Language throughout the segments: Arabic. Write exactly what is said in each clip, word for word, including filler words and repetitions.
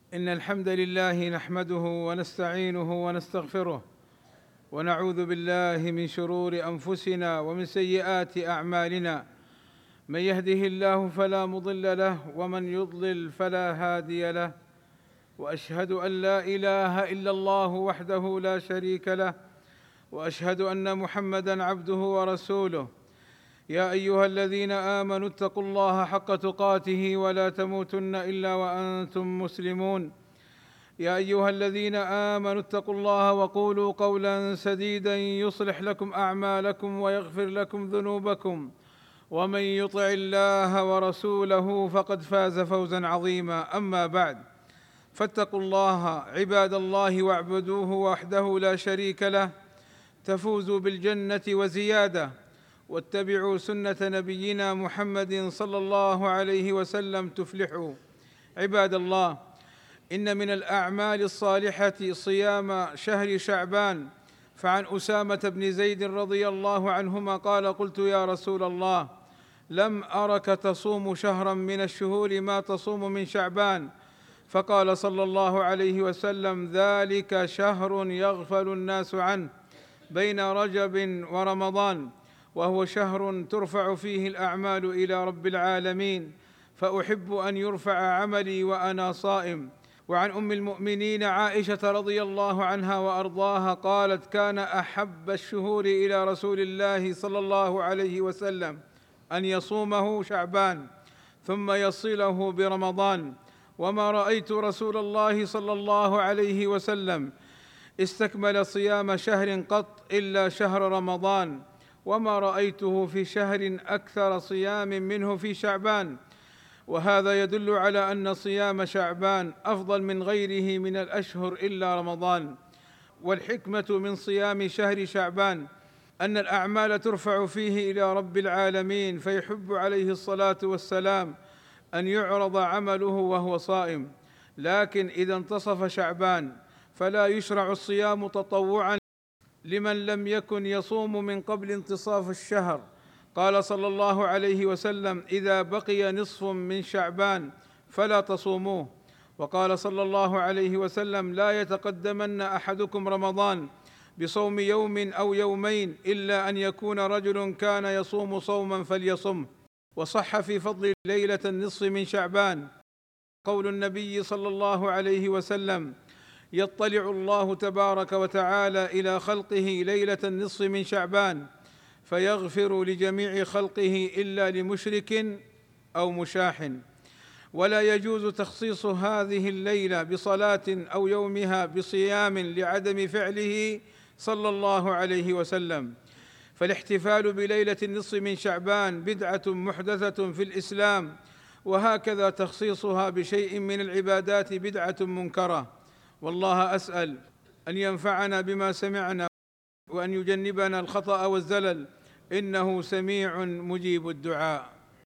إن الحمد لله نحمده ونستعينه ونستغفره، ونعوذ بالله من شرور أنفسنا ومن سيئات أعمالنا. من يهده الله فلا مضل له، ومن يضلل فلا هادي له. وأشهد أن لا إله إلا الله وحده لا شريك له، وأشهد أن محمدًا عبده ورسوله. يا أيها الذين آمنوا اتقوا الله حق تقاته ولا تموتن إلا وأنتم مسلمون. يا أيها الذين آمنوا اتقوا الله وقولوا قولا سديدا يصلح لكم أعمالكم ويغفر لكم ذنوبكم، ومن يطع الله ورسوله فقد فاز فوزا عظيما. أما بعد، فاتقوا الله عباد الله واعبدوه وحده لا شريك له، تفوزوا بالجنة وزيادة. واتبعوا سنة نبينا محمد صلى الله عليه وسلم تفلحوا. عباد الله، إن من الأعمال الصالحة صيام شهر شعبان. فعن أسامة بن زيد رضي الله عنهما قال: قلت يا رسول الله، لم أرك تصوم شهرا من الشهور ما تصوم من شعبان. فقال صلى الله عليه وسلم: ذلك شهر يغفل الناس عنه بين رجب ورمضان، وهو شهر ترفع فيه الأعمال إلى رب العالمين، فأحب أن يرفع عملي وأنا صائم. وعن أم المؤمنين عائشة رضي الله عنها وأرضاها قالت: كان أحب الشهور إلى رسول الله صلى الله عليه وسلم أن يصومه شعبان ثم يصله برمضان، وما رأيت رسول الله صلى الله عليه وسلم استكمل صيام شهر قط إلا شهر رمضان، وما رأيته في شهر أكثر صيام منه في شعبان. وهذا يدل على أن صيام شعبان أفضل من غيره من الأشهر إلا رمضان. والحكمة من صيام شهر شعبان أن الأعمال ترفع فيه إلى رب العالمين، فيحب عليه الصلاة والسلام أن يعرض عمله وهو صائم. لكن إذا انتصف شعبان فلا يشرع الصيام تطوعا لمن لم يكن يصوم من قبل انتصاف الشهر. قال صلى الله عليه وسلم: إذا بقي نصف من شعبان فلا تصوموه. وقال صلى الله عليه وسلم: لا يتقدمن أحدكم رمضان بصوم يوم أو يومين إلا أن يكون رجل كان يصوم صوما فليصمه. وصح في فضل ليلة النصف من شعبان قول النبي صلى الله عليه وسلم: يطلع الله تبارك وتعالى إلى خلقه ليلة النصف من شعبان فيغفر لجميع خلقه إلا لمشرك أو مشاح. ولا يجوز تخصيص هذه الليلة بصلاة أو يومها بصيام لعدم فعله صلى الله عليه وسلم. فالاحتفال بليلة النصف من شعبان بدعة محدثة في الإسلام، وهكذا تخصيصها بشيء من العبادات بدعة منكرة. والله أسأل أن ينفعنا بما سمعنا وأن يجنبنا الخطأ والزلل، إنه سميع مجيب الدعاء.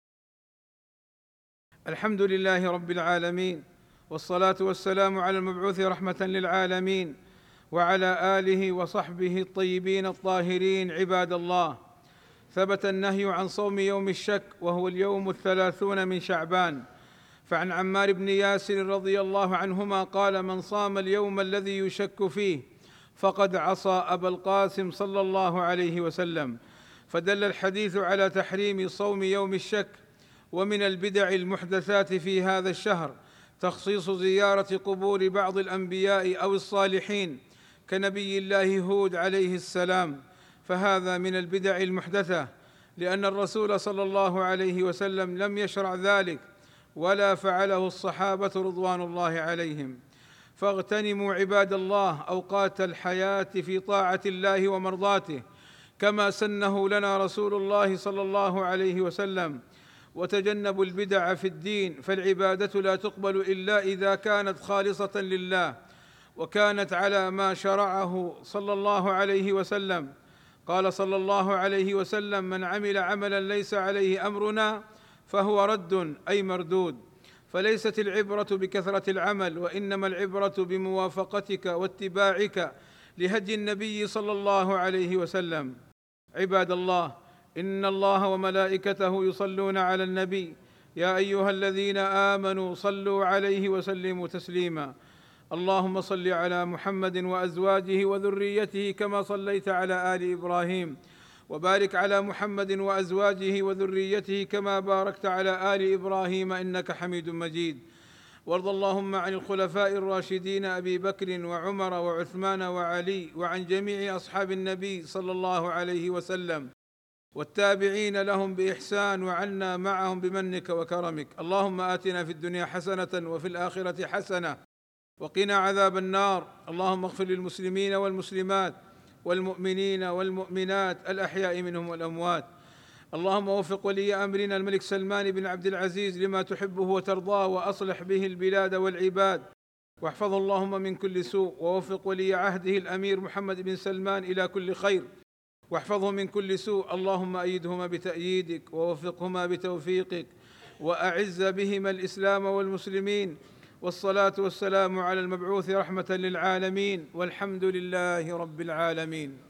الحمد لله رب العالمين، والصلاة والسلام على المبعوث رحمة للعالمين، وعلى آله وصحبه الطيبين الطاهرين. عباد الله، ثبت النهي عن صوم يوم الشك، وهو اليوم الثلاثون من شعبان. فعن عمار بن ياسر رضي الله عنهما قال: من صام اليوم الذي يشك فيه فقد عصى أبا القاسم صلى الله عليه وسلم. فدل الحديث على تحريم صوم يوم الشك. ومن البدع المحدثات في هذا الشهر تخصيص زيارة قبور بعض الأنبياء أو الصالحين كنبي الله هود عليه السلام، فهذا من البدع المحدثة، لأن الرسول صلى الله عليه وسلم لم يشرع ذلك ولا فعله الصحابة رضوان الله عليهم. فاغتنموا عباد الله أوقات الحياة في طاعة الله ومرضاته كما سنه لنا رسول الله صلى الله عليه وسلم، وتجنبوا البدع في الدين، فالعبادة لا تقبل إلا إذا كانت خالصة لله وكانت على ما شرعه صلى الله عليه وسلم. قال صلى الله عليه وسلم: من عمل عملا ليس عليه أمرنا فهو رد، أي مردود. فليست العبرة بكثرة العمل، وإنما العبرة بموافقتك واتباعك لهدي النبي صلى الله عليه وسلم. عباد الله، إن الله وملائكته يصلون على النبي يا ايها الذين امنوا صلوا عليه وسلموا تسليما. اللهم صل على محمد وازواجه وذريته كما صليت على ال ابراهيم، وبارك على محمد وازواجه وذريته كما باركت على ال ابراهيم انك حميد مجيد. وارض اللهم عن الخلفاء الراشدين ابي بكر وعمر وعثمان وعلي، وعن جميع اصحاب النبي صلى الله عليه وسلم، والتابعين لهم باحسان، وعنا معهم بمنك وكرمك. اللهم آتنا في الدنيا حسنة وفي الآخرة حسنة وقنا عذاب النار. اللهم اغفر للمسلمين والمسلمات والمؤمنين والمؤمنات الأحياء منهم والأموات. اللهم وفق ولي أمرنا الملك سلمان بن عبد العزيز لما تحبه وترضاه، وأصلح به البلاد والعباد، واحفظه اللهم من كل سوء، ووفق ولي عهده الأمير محمد بن سلمان إلى كل خير، واحفظه من كل سوء. اللهم أيدهما بتأييدك، ووفقهما بتوفيقك، وأعز بهما الإسلام والمسلمين. والصلاة والسلام على المبعوث رحمة للعالمين، والحمد لله رب العالمين.